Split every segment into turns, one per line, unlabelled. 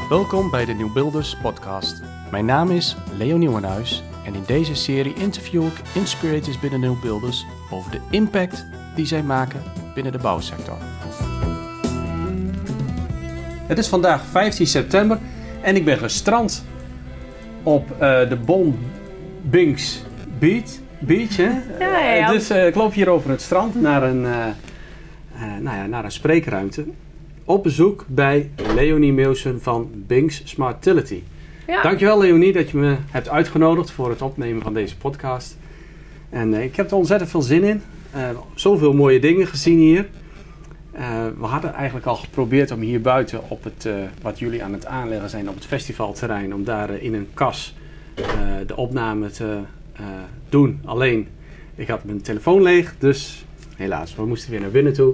Welkom bij de Nieuwbuilders podcast. Mijn naam is Leo Nieuwenhuis en in deze serie interview ik inspirators binnen Nieuwbuilders over de impact die zij maken binnen de bouwsector. Het is vandaag 15 september en ik ben gestrand op de Bon Binks Beach. Hè?
Ja.
Dus ik loop hier over het strand naar een spreekruimte. Op bezoek bij Leonie Meeuwsen van Binks Smartility.
Ja.
Dankjewel Leonie dat je me hebt uitgenodigd voor het opnemen van deze podcast. En ik heb er ontzettend veel zin in. Zoveel mooie dingen gezien hier. We hadden eigenlijk al geprobeerd om hier buiten op het, wat jullie aan het aanleggen zijn op het festivalterrein, om daar in een kas de opname te doen. Alleen, ik had mijn telefoon leeg, dus helaas, we moesten weer naar binnen toe.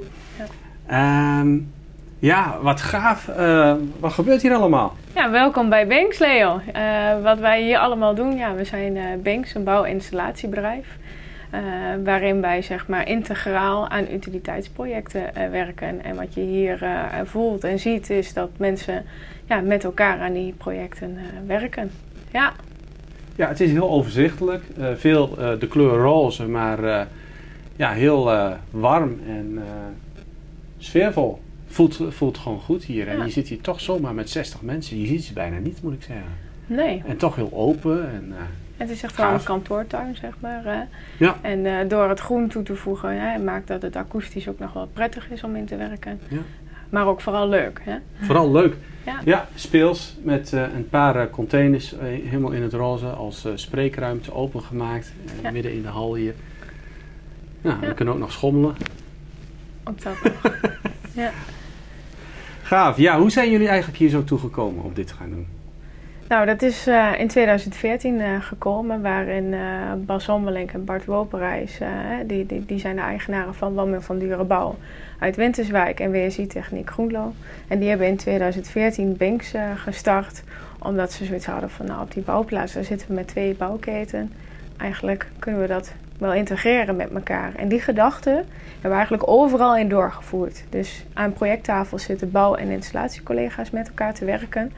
Ja, wat gaaf. Wat gebeurt hier allemaal?
Ja, welkom bij Binks, Leo. Wat wij hier allemaal doen, we zijn Binks, een bouw-installatiebedrijf. Waarin wij zeg maar integraal aan utiliteitsprojecten werken. En wat je hier voelt en ziet is dat mensen met elkaar aan die projecten werken. Ja.
Ja, het is heel overzichtelijk. Veel de kleur roze, maar heel warm en sfeervol. Voelt gewoon goed hier. En je zit hier toch zomaar met 60 mensen. Je ziet ze bijna niet, moet ik zeggen.
Nee.
En toch heel open. En,
het is echt wel een kantoortuin, zeg maar.
Ja.
En door het groen toe te voegen, maakt dat het akoestisch ook nog wel prettig is om in te werken. Ja. Maar ook vooral leuk. Hè?
Vooral leuk.
Ja,
ja, speels met een paar containers helemaal in het roze als spreekruimte opengemaakt. Midden in de hal hier. We kunnen ook nog schommelen.
Ook dat nog. Ja.
Gaaf. Ja, hoe zijn jullie eigenlijk hier zo toegekomen om dit te gaan doen?
Nou, dat is in 2014 gekomen, waarin Bas Hommelink en Bart Woperijs, die zijn de eigenaren van Women van Dure Bouw uit Winterswijk en WSI Techniek Groenlo. En die hebben in 2014 Binks gestart, omdat ze zoiets hadden van, op die bouwplaats, daar zitten we met 2 bouwketen. Eigenlijk kunnen we dat wel integreren met elkaar. En die gedachten hebben we eigenlijk overal in doorgevoerd. Dus aan projecttafel zitten bouw- en installatiecollega's met elkaar te werken.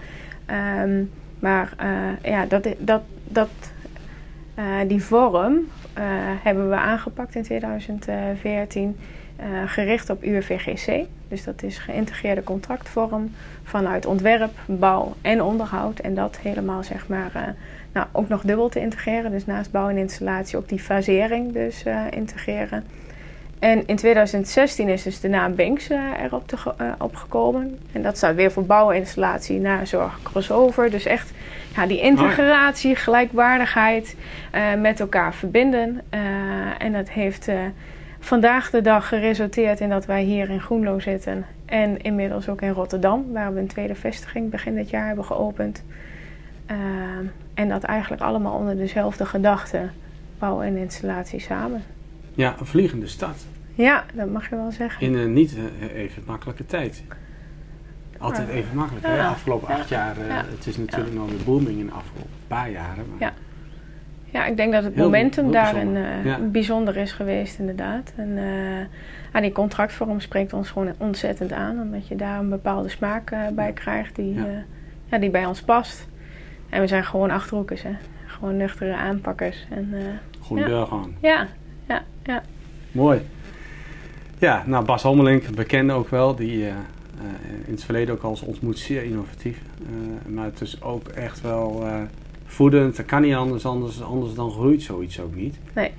Die vorm hebben we aangepakt in 2014, gericht op UWVGC. Dus dat is geïntegreerde contractvorm vanuit ontwerp, bouw en onderhoud. En dat helemaal zeg maar ook nog dubbel te integreren. Dus naast bouw en installatie ook die fasering dus integreren. En in 2016 is dus de naam Binks erop opgekomen. En dat staat weer voor bouw, installatie, nazorg, crossover. Dus echt die integratie, gelijkwaardigheid met elkaar verbinden. En dat heeft vandaag de dag geresulteerd in dat wij hier in Groenlo zitten. En inmiddels ook in Rotterdam, waar we een tweede vestiging begin dit jaar hebben geopend. En dat eigenlijk allemaal onder dezelfde gedachte, bouw en installatie samen.
Ja, een vliegende stad.
Ja, dat mag je wel zeggen.
In een niet even makkelijke tijd. Altijd even makkelijk, hè? De afgelopen 8 jaar. Het is natuurlijk nog weer booming in de afgelopen paar jaren. Maar
ja, ik denk dat het momentum daarin bijzonder is geweest, inderdaad. En die contractvorm spreekt ons gewoon ontzettend aan. Omdat je daar een bepaalde smaak bij krijgt die bij ons past. En we zijn gewoon Achterhoekers, hè. Gewoon nuchtere aanpakkers.
Goed doorgaan.
Ja.
Mooi. Ja, nou Bas Hommelink, bekende ook wel, die in het verleden ook al eens ontmoet, zeer innovatief. Maar het is ook echt wel voedend, dat kan niet anders dan groeit zoiets ook niet.
Nee.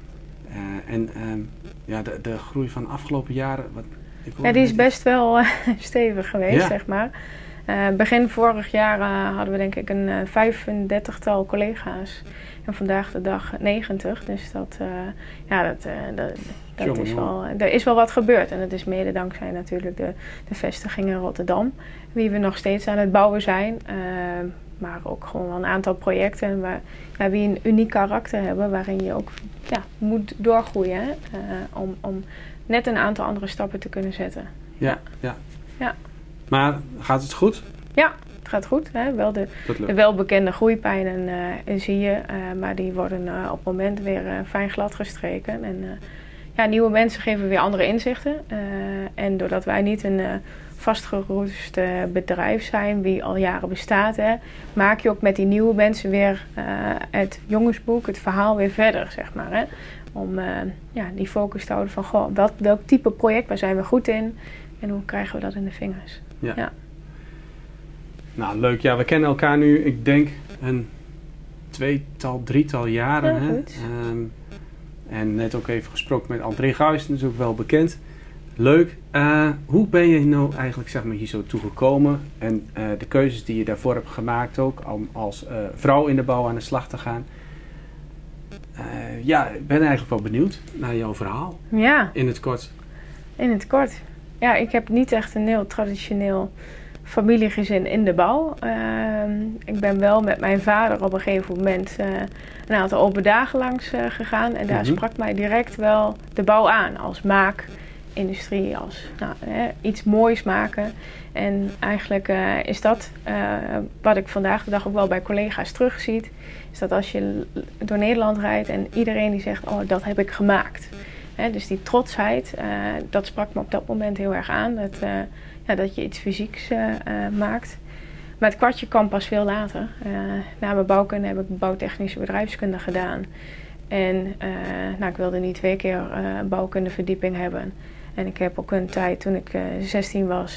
De groei van de afgelopen jaren...
die is best wel stevig geweest, zeg maar. Begin vorig jaar hadden we denk ik een 35-tal collega's. En vandaag de dag 90. Dus dat is wel... Er is wel wat gebeurd. En dat is mede dankzij natuurlijk de vestiging in Rotterdam. Wie we nog steeds aan het bouwen zijn. Maar ook gewoon wel een aantal projecten die een uniek karakter hebben. Waarin je ook moet doorgroeien. Om net een aantal andere stappen te kunnen zetten.
Ja. Maar gaat het goed?
Ja, het gaat goed. Hè? Wel de welbekende groeipijnen zie je. Maar die worden op het moment weer fijn glad gestreken. En nieuwe mensen geven weer andere inzichten. En doordat wij niet een vastgeroest bedrijf zijn, wie al jaren bestaat. Hè, maak je ook met die nieuwe mensen weer het jongensboek, het verhaal weer verder, zeg maar. Hè, om die focus te houden van, welk type project, waar zijn we goed in en hoe krijgen we dat in de vingers. Ja.
Nou, leuk. Ja, we kennen elkaar nu, ik denk, een drietal jaren.
Ja,
hè? En net ook even gesproken met André Guijs, dat is ook wel bekend. Leuk. Hoe ben je nou eigenlijk, zeg maar, hier zo toegekomen? En de keuzes die je daarvoor hebt gemaakt ook, om als vrouw in de bouw aan de slag te gaan. Ik ben eigenlijk wel benieuwd naar jouw verhaal.
Ja.
In het kort.
In het kort. Ja, ik heb niet echt een heel traditioneel familiegezin in de bouw. Ik ben wel met mijn vader op een gegeven moment een aantal open dagen langs gegaan. En daar sprak mij direct wel de bouw aan als maakindustrie, als iets moois maken. En eigenlijk is dat wat ik vandaag de dag ook wel bij collega's terugziet. Is dat als je door Nederland rijdt en iedereen die zegt, dat heb ik gemaakt. Dus die trotsheid, dat sprak me op dat moment heel erg aan. Dat je iets fysieks maakt. Maar het kwartje kwam pas veel later. Na mijn bouwkunde heb ik bouwtechnische bedrijfskunde gedaan. En ik wilde niet 2 keer bouwkundeverdieping hebben. En ik heb ook een tijd, toen ik 16 was,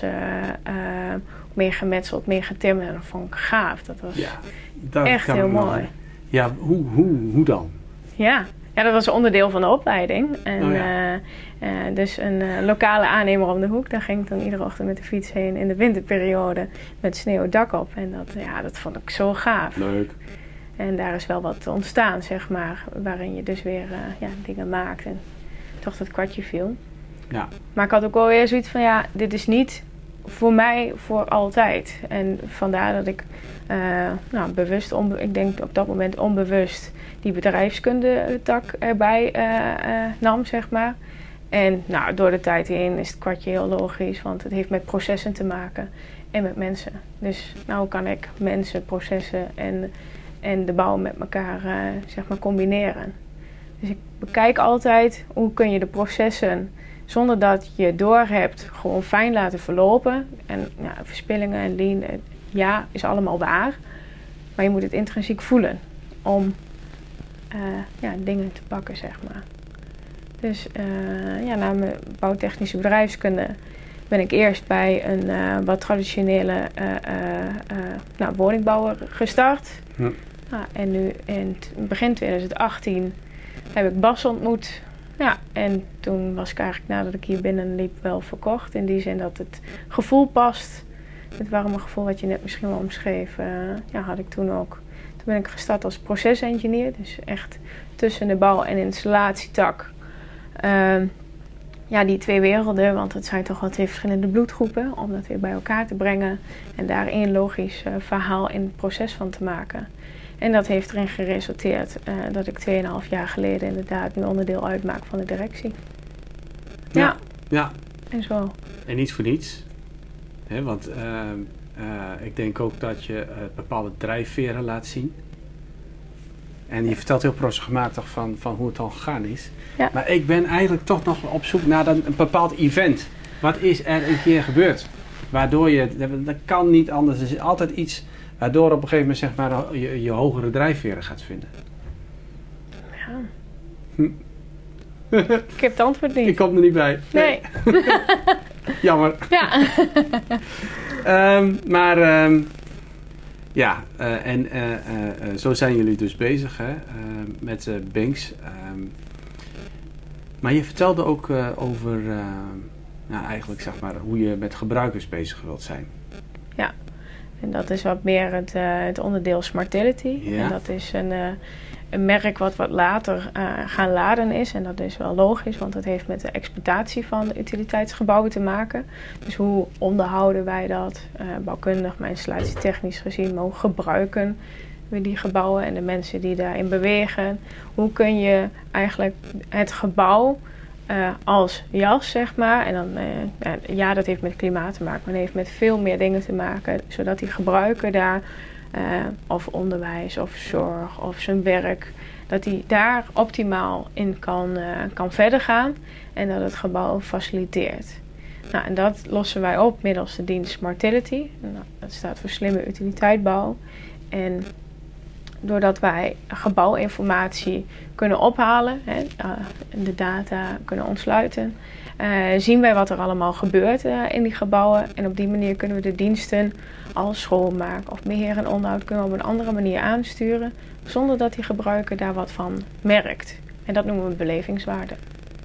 meer gemetseld, meer getimmerd. En dat vond ik gaaf. Dat was echt heel mooi.
Ja, hoe dan?
Ja, dat was een onderdeel van de opleiding. En, dus een lokale aannemer om de hoek. Daar ging ik dan iedere ochtend met de fiets heen in de winterperiode met sneeuw het dak op. En dat vond ik zo gaaf.
Leuk.
En daar is wel wat ontstaan, zeg maar, waarin je dus weer dingen maakt en toch dat kwartje viel.
Ja.
Maar ik had ook wel weer zoiets van, dit is niet voor mij voor altijd. En vandaar dat ik bewust, ik denk op dat moment onbewust, die bedrijfskunde tak erbij nam, zeg maar. En door de tijd heen is het kwartje heel logisch, want het heeft met processen te maken en met mensen. Dus hoe kan ik mensen, processen en de bouw met elkaar zeg maar combineren. Dus ik bekijk altijd hoe kun je de processen, zonder dat je doorhebt, gewoon fijn laten verlopen. En verspillingen en lean, is allemaal waar. Maar je moet het intrinsiek voelen om dingen te pakken, zeg maar. Dus na mijn bouwtechnische bedrijfskunde ben ik eerst bij een wat traditionele woningbouwer gestart.
Ja.
En nu in begin 2018 heb ik Bas ontmoet. Ja, en toen was ik eigenlijk, nadat ik hier binnenliep, wel verkocht. In die zin dat het gevoel past. Het warme gevoel wat je net misschien wel omschreef, had ik toen ook. Toen ben ik gestart als procesengineer. Dus echt tussen de bouw- en installatietak. Die 2 werelden, want het zijn toch wel 2 verschillende bloedgroepen. Om dat weer bij elkaar te brengen. En daar een logisch verhaal in het proces van te maken. En dat heeft erin geresulteerd dat ik 2,5 jaar geleden inderdaad nu onderdeel uitmaak van de directie. Ja. En zo.
En niet voor niets. Hè, want ik denk ook dat je bepaalde drijfveren laat zien. En je vertelt heel programmatig van hoe het al gegaan is.
Ja.
Maar ik ben eigenlijk toch nog op zoek naar een bepaald event. Wat is er een keer gebeurd? Waardoor dat kan niet anders. Er is altijd iets waardoor op een gegeven moment, zeg maar, je hogere drijfveren gaat vinden.
Ja. Ik heb het antwoord niet.
Ik kom er niet bij.
Nee.
Jammer.
Ja.
Zo zijn jullie dus bezig, hè, met Banks. Maar je vertelde ook over eigenlijk, zeg maar, hoe je met gebruikers bezig wilt zijn.
Ja, en dat is wat meer het onderdeel Smartility.
Ja.
En dat is een merk wat later gaan laden is. En dat is wel logisch, want dat heeft met de exploitatie van de utiliteitsgebouwen te maken. Dus hoe onderhouden wij dat, bouwkundig, maar installatietechnisch gezien, maar hoe gebruiken we die gebouwen en de mensen die daarin bewegen. Hoe kun je eigenlijk het gebouw als jas, zeg maar. En dan, dat heeft met klimaat te maken, maar het heeft met veel meer dingen te maken. Zodat die gebruiker daar, of onderwijs, of zorg, of zijn werk, dat hij daar optimaal in kan verder gaan. En dat het gebouw faciliteert. Nou, en dat lossen wij op middels de dienst Smartility. Nou, dat staat voor slimme utiliteitbouw. En doordat wij gebouwinformatie kunnen ophalen, de data kunnen ontsluiten, zien wij wat er allemaal gebeurt in die gebouwen. En op die manier kunnen we de diensten als schoonmaak of beheer en onderhoud kunnen we op een andere manier aansturen, zonder dat die gebruiker daar wat van merkt. En dat noemen we belevingswaarde.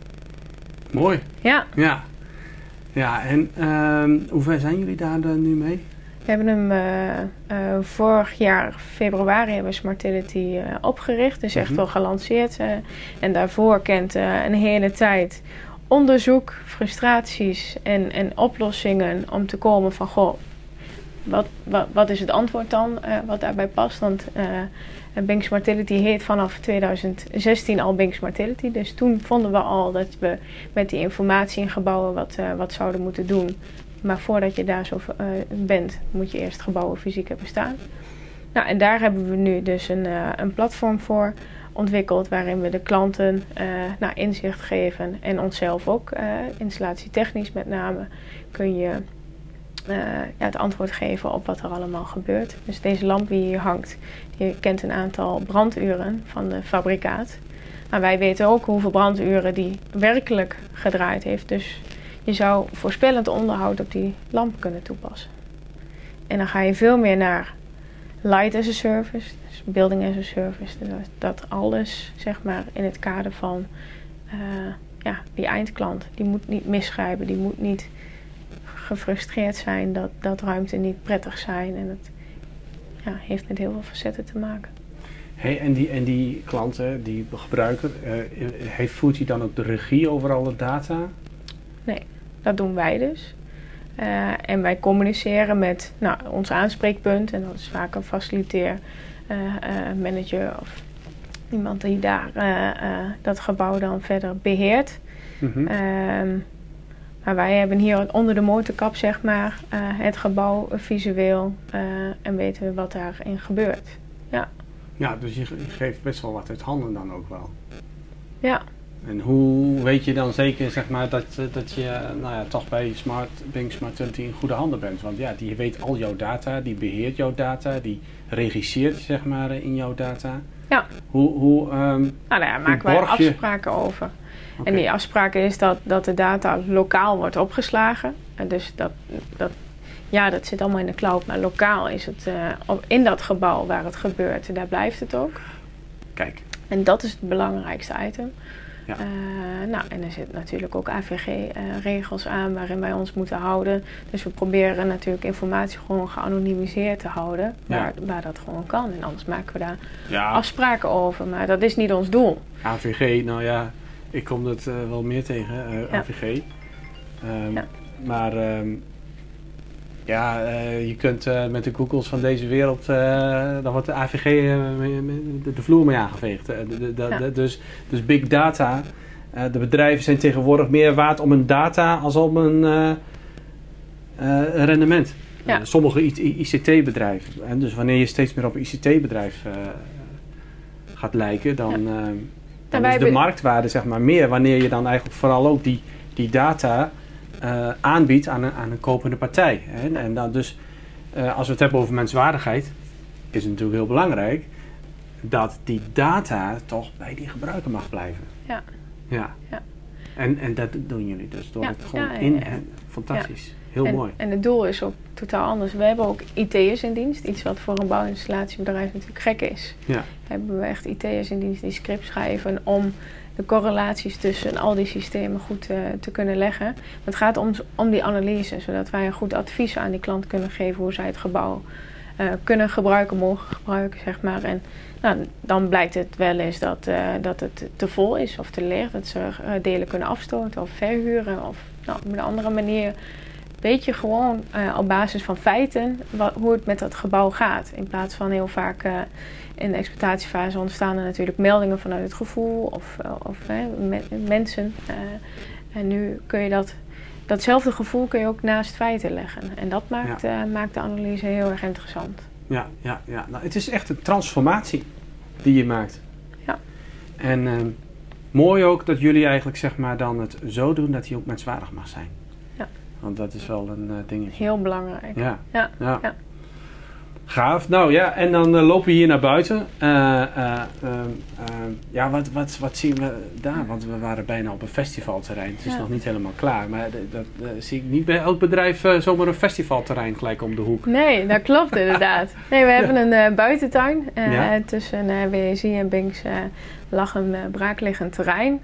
Mooi.
Ja.
Ja, en hoe ver zijn jullie daar nu mee?
We hebben hem vorig jaar februari hebben Smartility opgericht. Dus echt wel gelanceerd. En daarvoor kent een hele tijd onderzoek, frustraties en oplossingen om te komen van... Goh, wat is het antwoord dan wat daarbij past? Want Bing Smartility heet vanaf 2016 al Bing Smartility. Dus toen vonden we al dat we met die informatie in gebouwen wat zouden moeten doen. Maar voordat je daar zo bent, moet je eerst gebouwen fysiek hebben staan. Nou, en daar hebben we nu dus een platform voor ontwikkeld waarin we de klanten inzicht geven en onszelf ook, installatietechnisch met name, kun je het antwoord geven op wat er allemaal gebeurt. Dus deze lamp die hier hangt, die kent een aantal branduren van de fabrikaat. Maar wij weten ook hoeveel branduren die werkelijk gedraaid heeft. Dus je zou voorspellend onderhoud op die lamp kunnen toepassen. En dan ga je veel meer naar Light as a Service, dus Building as a Service. Dus dat alles, zeg maar, in het kader van die eindklant. Die moet niet misgrijpen, die moet niet gefrustreerd zijn dat ruimte niet prettig zijn. En het heeft met heel veel facetten te maken.
Hey, en die klanten, die gebruiker, voert hij dan ook de regie over alle data?
Nee, dat doen wij dus. En wij communiceren met ons aanspreekpunt. En dat is vaak een faciliteer, manager of iemand die daar dat gebouw dan verder beheert. Mm-hmm. Maar wij hebben hier onder de motorkap, zeg maar, het gebouw visueel en weten we wat daarin gebeurt. Ja.
Ja, dus je geeft best wel wat uit handen dan ook wel.
Ja.
En hoe weet je dan zeker, zeg maar, dat je toch bij Bing Smartility in goede handen bent? Want ja, die weet al jouw data, die beheert jouw data, die regisseert, zeg maar, in jouw data.
Ja. Daar maken wij afspraken over. Okay. En die afspraak is dat de data lokaal wordt opgeslagen. En dus dat zit allemaal in de cloud. Maar lokaal is het in dat gebouw waar het gebeurt. Daar blijft het ook.
Kijk.
En dat is het belangrijkste item.
Ja.
En er zitten natuurlijk ook AVG-regels aan waarin wij ons moeten houden. Dus we proberen natuurlijk informatie gewoon geanonimiseerd te houden. Waar dat gewoon kan. En anders maken we daar afspraken over. Maar dat is niet ons doel.
AVG, ik kom dat wel meer tegen, AVG. Maar je kunt met de Googles van deze wereld, dan wordt de AVG de vloer mee aangeveegd. Dus big data, de bedrijven zijn tegenwoordig meer waard om een data als om een rendement.
Ja.
Sommige ICT-bedrijven. En dus wanneer je steeds meer op een ICT-bedrijf gaat lijken, dan is de marktwaarde, zeg maar, meer wanneer je dan eigenlijk vooral ook die data aanbiedt aan een kopende partij. Hè? En dan dus, als we het hebben over menswaardigheid, is het natuurlijk heel belangrijk dat die data toch bij die gebruiker mag blijven. Ja. En dat doen jullie dus door het gewoon fantastisch. Ja. Heel mooi. En
het doel is ook totaal anders. We hebben ook IT'ers in dienst. Iets wat voor een bouwinstallatiebedrijf natuurlijk gek is.
Ja.
Hebben we echt IT'ers in dienst die scripts schrijven om de correlaties tussen al die systemen goed te kunnen leggen. Het gaat om die analyse, zodat wij een goed advies aan die klant kunnen geven hoe zij het gebouw kunnen gebruiken, mogen gebruiken, zeg maar. En dan blijkt het wel eens dat het te vol is of te leeg. Dat ze delen kunnen afstoten of verhuren of op een andere manier. Weet je gewoon op basis van feiten hoe het met dat gebouw gaat. In plaats van heel vaak in de exploitatiefase ontstaan er natuurlijk meldingen vanuit het gevoel of mensen. En nu kun je datzelfde gevoel kun je ook naast feiten leggen. En dat maakt de analyse heel erg interessant.
Ja. Nou, het is echt een transformatie die je maakt.
Ja.
En mooi ook dat jullie eigenlijk, zeg maar, dan het zo doen dat hij ook menswaardig mag zijn.
Ja.
Want dat is wel een dingetje.
Heel belangrijk.
Ja. Gaaf. Nou ja, en dan lopen we hier naar buiten. Wat zien we daar? Want we waren bijna op een festivalterrein. Het is nog niet helemaal klaar. Maar dat zie ik niet bij elk bedrijf zomaar een festivalterrein gelijk om de hoek.
Nee, dat klopt inderdaad. Nee, we hebben een buitentuin. Tussen WSI en Binks lag een braakliggend terrein.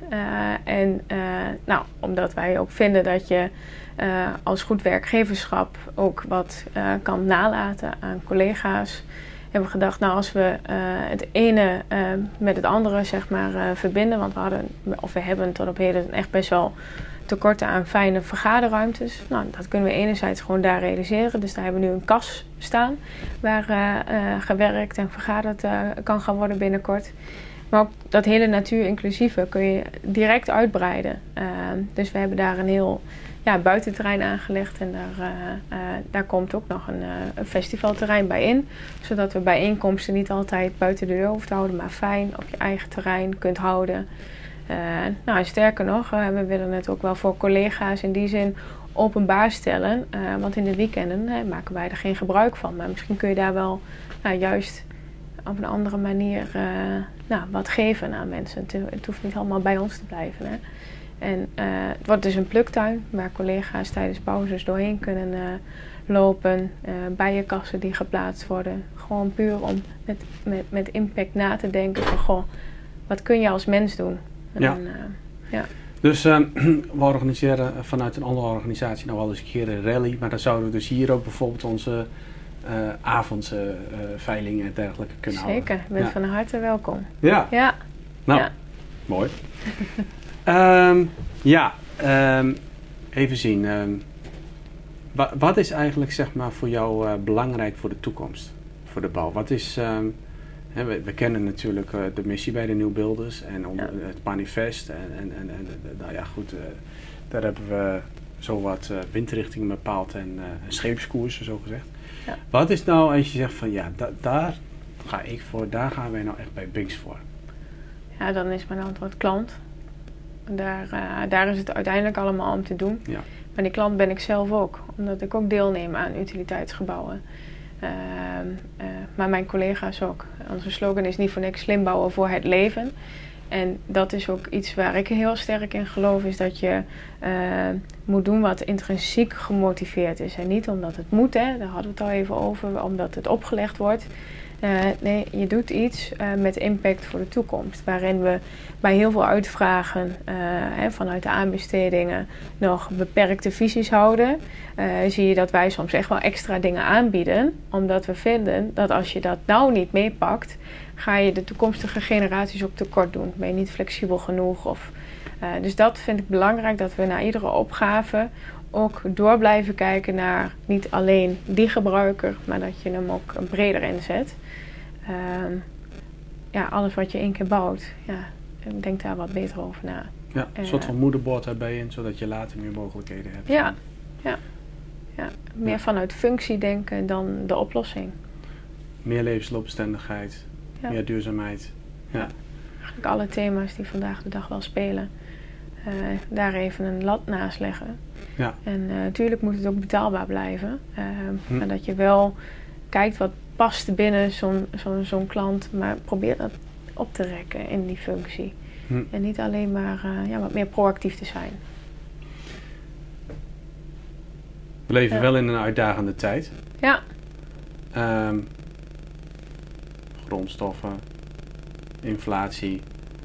Omdat wij ook vinden dat je als goed werkgeverschap ook wat kan nalaten aan collega's, hebben we gedacht, nou als we het ene met het andere zeg maar verbinden, want we hebben tot op heden echt best wel tekorten aan fijne vergaderruimtes. Nou, dat kunnen we enerzijds gewoon daar realiseren. Dus daar hebben we nu een kas staan waar gewerkt en vergaderd kan gaan worden binnenkort. Maar ook dat hele natuur-inclusieve kun je direct uitbreiden. Dus we hebben daar een heel buitenterrein aangelegd en daar komt ook nog een festivalterrein bij in. Zodat we bijeenkomsten niet altijd buiten de deur hoeven te houden, maar fijn op je eigen terrein kunt houden. Sterker nog, we willen het ook wel voor collega's in die zin openbaar stellen. Want in de weekenden maken wij er geen gebruik van. Maar misschien kun je daar wel juist op een andere manier wat geven aan mensen. Het hoeft niet allemaal bij ons te blijven. Hè. En het wordt dus een pluktuin waar collega's tijdens pauzes doorheen kunnen lopen. Bijenkassen die geplaatst worden. Gewoon puur om met impact na te denken van wat kun je als mens doen? Dus
we organiseren vanuit een andere organisatie nou wel eens een keer een rally. Maar dan zouden we dus hier ook bijvoorbeeld onze avondveilingen en dergelijke kunnen houden.
Zeker, je bent van harte welkom.
Mooi. Even zien. Wat is eigenlijk zeg maar voor jou belangrijk voor de toekomst? Voor de bouw? Wat is... we kennen natuurlijk de missie bij de New Builders en het manifest. Daar hebben we zowat windrichtingen bepaald en scheepskoersen zo gezegd. Ja. Wat is nou als je zegt van daar ga ik voor, daar gaan wij nou echt bij Binks voor?
Ja, dan is mijn antwoord klant. Daar is het uiteindelijk allemaal om te doen. Ja. Maar die klant ben ik zelf ook, omdat ik ook deelneem aan utiliteitsgebouwen. Maar mijn collega's ook. Onze slogan is niet voor niks slim bouwen voor het leven. En dat is ook iets waar ik heel sterk in geloof, is dat je moet doen wat intrinsiek gemotiveerd is. En niet omdat het moet, daar hadden we het al even over, omdat het opgelegd wordt. Nee, je doet iets met impact voor de toekomst. Waarin we bij heel veel uitvragen vanuit de aanbestedingen nog beperkte visies houden. Zie je dat wij soms echt wel extra dingen aanbieden. Omdat we vinden dat als je dat nou niet meepakt, ga je de toekomstige generaties ook tekort doen. Ben je niet flexibel genoeg? Dus dat vind ik belangrijk, dat we na iedere opgave ook door blijven kijken naar niet alleen die gebruiker, maar dat je hem ook breder inzet. Alles wat je één keer bouwt, denk daar wat beter over na.
Ja, een soort van moederbord erbij in, zodat je later meer mogelijkheden hebt.
Meer vanuit functie denken dan de oplossing.
Meer levensloopbestendigheid, meer duurzaamheid. Ja.
Eigenlijk alle thema's die vandaag de dag wel spelen, daar even een lat naast leggen. Ja. En natuurlijk moet het ook betaalbaar blijven. Maar dat je wel kijkt wat past binnen zo'n klant, maar probeer dat op te rekken in die functie. En niet alleen maar wat meer proactief te zijn.
We leven wel in een uitdagende tijd.
Ja.
Grondstoffen, inflatie,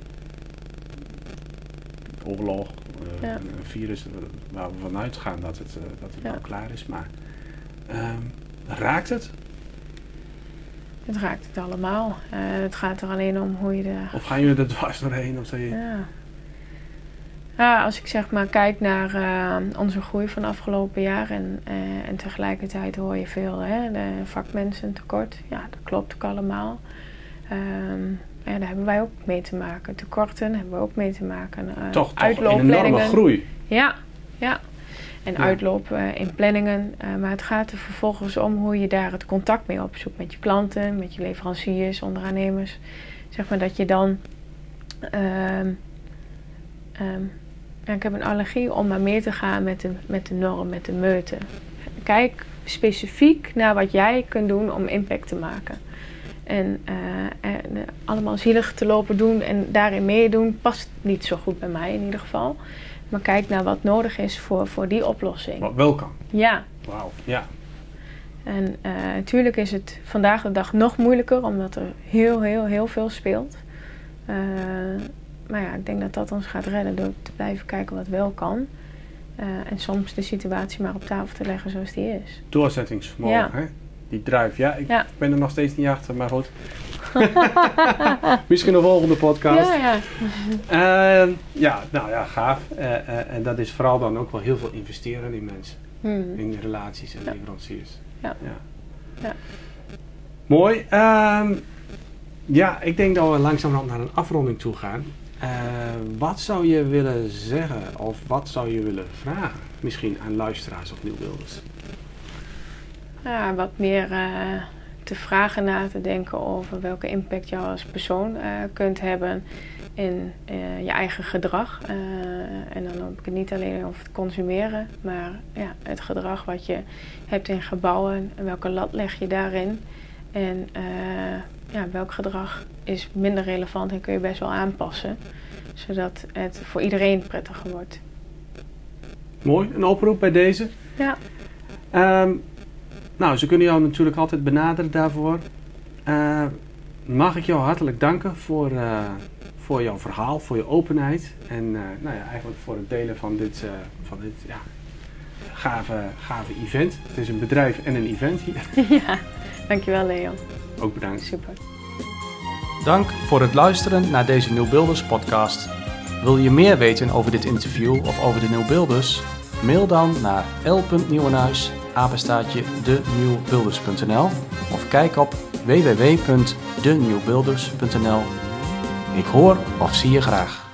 oorlog, een virus waar we vanuit gaan dat het nou klaar is. Maar raakt het?
Het raakt het allemaal. Het gaat er alleen om hoe je
Of gaan jullie er dwars doorheen? Of
als ik zeg maar kijk naar onze groei van afgelopen jaar en tegelijkertijd hoor je veel, de vakmensen tekort. Ja, dat klopt ook allemaal. Daar hebben wij ook mee te maken. Tekorten hebben we ook mee te maken.
Toch een enorme groei.
Ja. En uitloop in planningen. Maar het gaat er vervolgens om hoe je daar het contact mee opzoekt met je klanten, met je leveranciers, onderaannemers. Zeg maar dat je dan ik heb een allergie om maar mee te gaan met de norm, met de meute. Kijk specifiek naar wat jij kunt doen om impact te maken. En allemaal zielig te lopen doen en daarin meedoen past niet zo goed bij mij in ieder geval. Maar kijk naar wat nodig is voor die oplossing.
Wat wel kan.
Ja.
Wauw, ja.
En natuurlijk is het vandaag de dag nog moeilijker, omdat er heel veel speelt. Maar ja, ik denk dat dat ons gaat redden door te blijven kijken wat wel kan. En soms de situatie maar op tafel te leggen zoals die is.
Doorzettingsvermogen, hè? Die drive. Ja, ik ben er nog steeds niet achter, maar goed. Misschien een volgende podcast. Gaaf. En dat is vooral dan ook wel heel veel investeren in mensen. In relaties en leveranciers.
Ja.
Mooi. Ik denk dat we langzamerhand naar een afronding toe gaan. Wat zou je willen zeggen of wat zou je willen vragen? Misschien aan luisteraars of nieuwbeelders.
Ja, wat meer te vragen, na te denken over welke impact je als persoon kunt hebben in je eigen gedrag. En dan heb ik het niet alleen over het consumeren, maar het gedrag wat je hebt in gebouwen en welke lat leg je daarin. En welk gedrag is minder relevant en kun je best wel aanpassen, zodat het voor iedereen prettiger wordt.
Mooi, een oproep bij deze.
Ja.
Ze kunnen jou natuurlijk altijd benaderen daarvoor. Mag ik jou hartelijk danken voor jouw verhaal, voor je openheid. En eigenlijk voor het delen van dit gave event. Het is een bedrijf en een event hier.
Ja, dankjewel Leon.
Ook bedankt.
Super.
Dank voor het luisteren naar deze Nieuwbeelders podcast. Wil je meer weten over dit interview of over de Nieuwbeelders? Mail dan naar l.nieuwenhuis@denieuwbeelders.nl of kijk op www.denieuwbeelders.nl. Ik hoor of zie je graag.